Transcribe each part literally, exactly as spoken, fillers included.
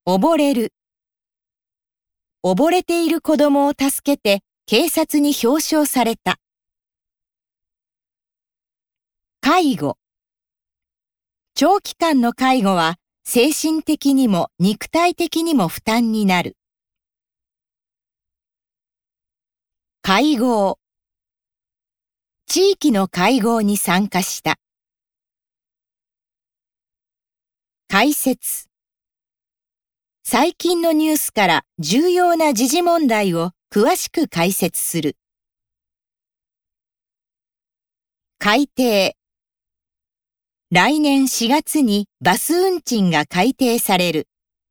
溺れる。溺れている子供を助けて警察に表彰された。介護。長期間の介護は精神的にも肉体的にも負担になる。会合。地域の会合に参加した。解説。最近のニュースから重要な時事問題を詳しく解説する。改定。来年しがつにバス運賃が改定される。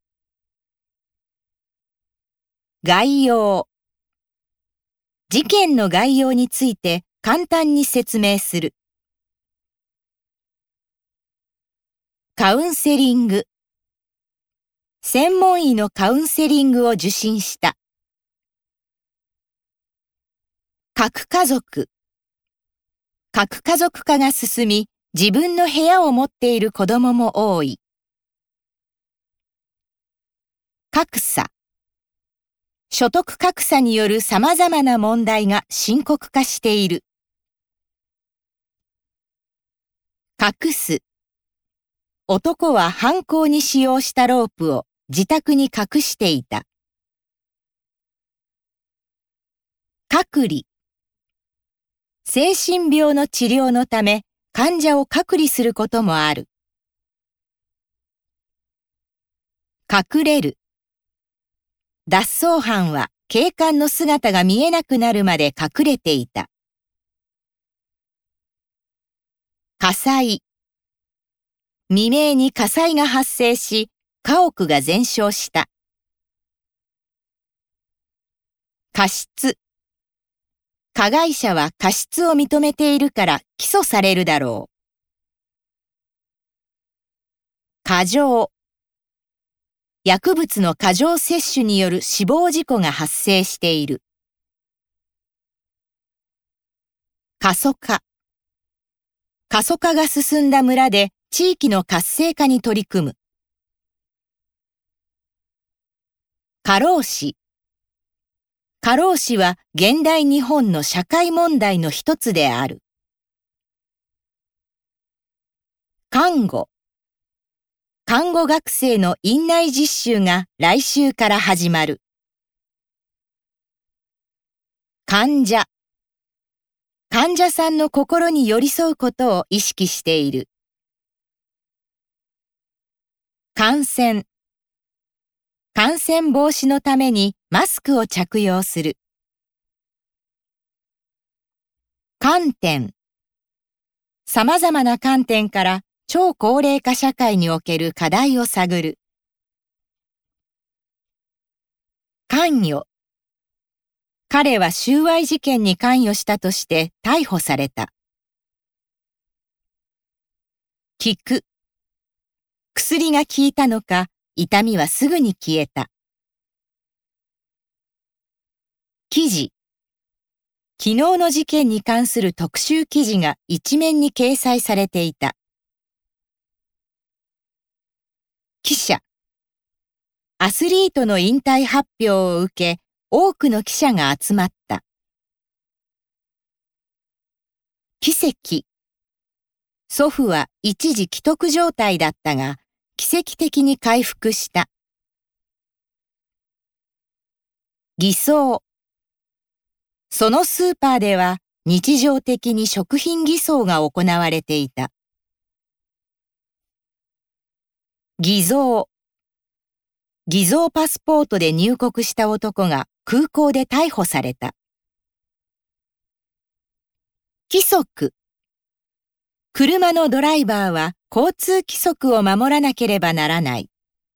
概要。事件の概要について簡単に説明する。カウンセリング。専門医のカウンセリングを受診した。核家族。核家族化が進み、自分の部屋を持っている子供も多い。格差。所得格差による様々な問題が深刻化している。隠す。男は犯行に使用したロープを自宅に隠していた。隔離。精神病の治療のため患者を隔離することもある。隠れる。脱走犯は警官の姿が見えなくなるまで隠れていた。火災。未明に火災が発生し、家屋が全焼した。過失。加害者は過失を認めているから起訴されるだろう。過剰。薬物の過剰摂取による死亡事故が発生している。過疎化。過疎化が進んだ村で地域の活性化に取り組む。過労死。過労死は現代日本の社会問題の一つである。看護。看護学生の院内実習が来週から始まる。患者。患者さんの心に寄り添うことを意識している。感染。感染防止のためにマスクを着用する。観点。様々な観点から超高齢化社会における課題を探る。関与。彼は収賄事件に関与したとして逮捕された。効く。薬が効いたのか、痛みはすぐに消えた。記事。昨日の事件に関する特集記事が一面に掲載されていた。記者。アスリートの引退発表を受け、多くの記者が集まった。奇跡。祖父は一時危篤状態だったが、奇跡的に回復した。偽装。そのスーパーでは日常的に食品偽装が行われていた。偽造。偽造パスポートで入国した男が空港で逮捕された。規則。車のドライバーは交通規則を守らなければならない。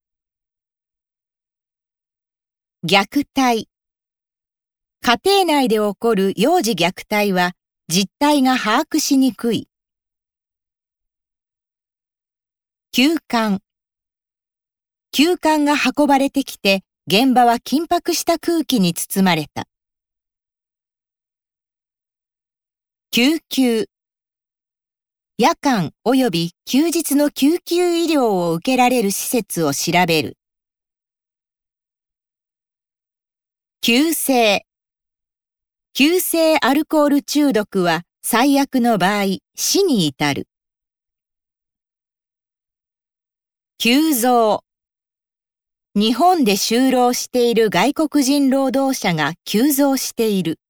虐待。家庭内で起こる幼児虐待は実態が把握しにくい。急患。急患が運ばれてきて現場は緊迫した空気に包まれた。救急。夜間及び休日の救急医療を受けられる施設を調べる。 急性。急性アルコール中毒は最悪の場合、死に至る。急増。日本で就労している外国人労働者が急増している。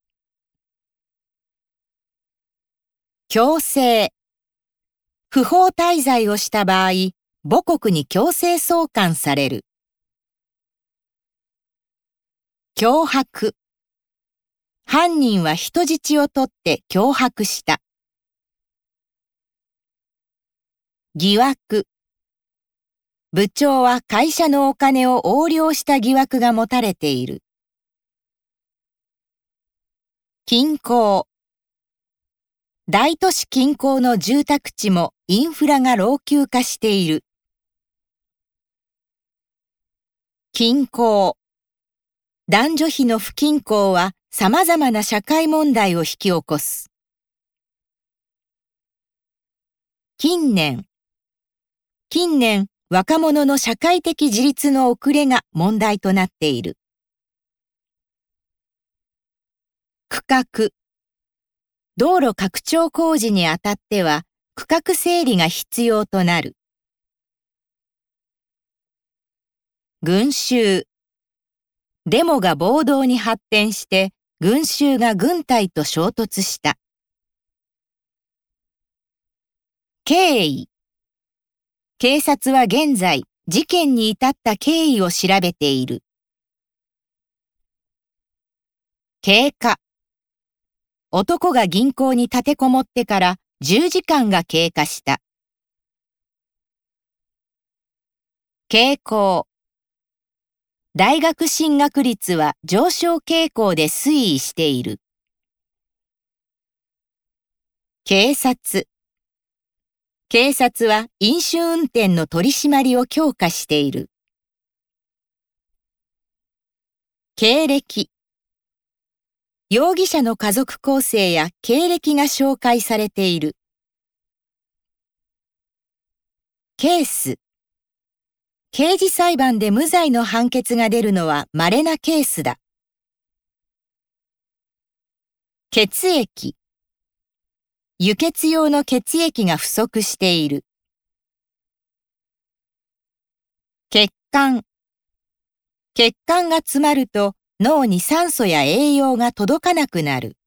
強制。不法滞在をした場合、母国に強制送還される。脅迫。犯人は人質を取って脅迫した。疑惑。部長は会社のお金を横領した疑惑が持たれている。近郊。大都市近郊の住宅地もインフラが老朽化している。均衡。男女比の不均衡は様々な社会問題を引き起こす。近年。近年、若者の社会的自立の遅れが問題となっている。区画。道路拡張工事にあたっては、区画整理が必要となる。群衆。デモが暴動に発展して、群衆が軍隊と衝突した。経緯。警察は現在、事件に至った経緯を調べている。経過。男が銀行に立てこもってからじゅうじかんが経過した。傾向。大学進学率は上昇傾向で推移している。警察。警察は飲酒運転の取り締まりを強化している。経歴。容疑者の家族構成や経歴が紹介されている。ケース。刑事裁判で無罪の判決が出るのは稀なケースだ。血液。輸血用の血液が不足している。血管。血管が詰まると脳に酸素や栄養が届かなくなる。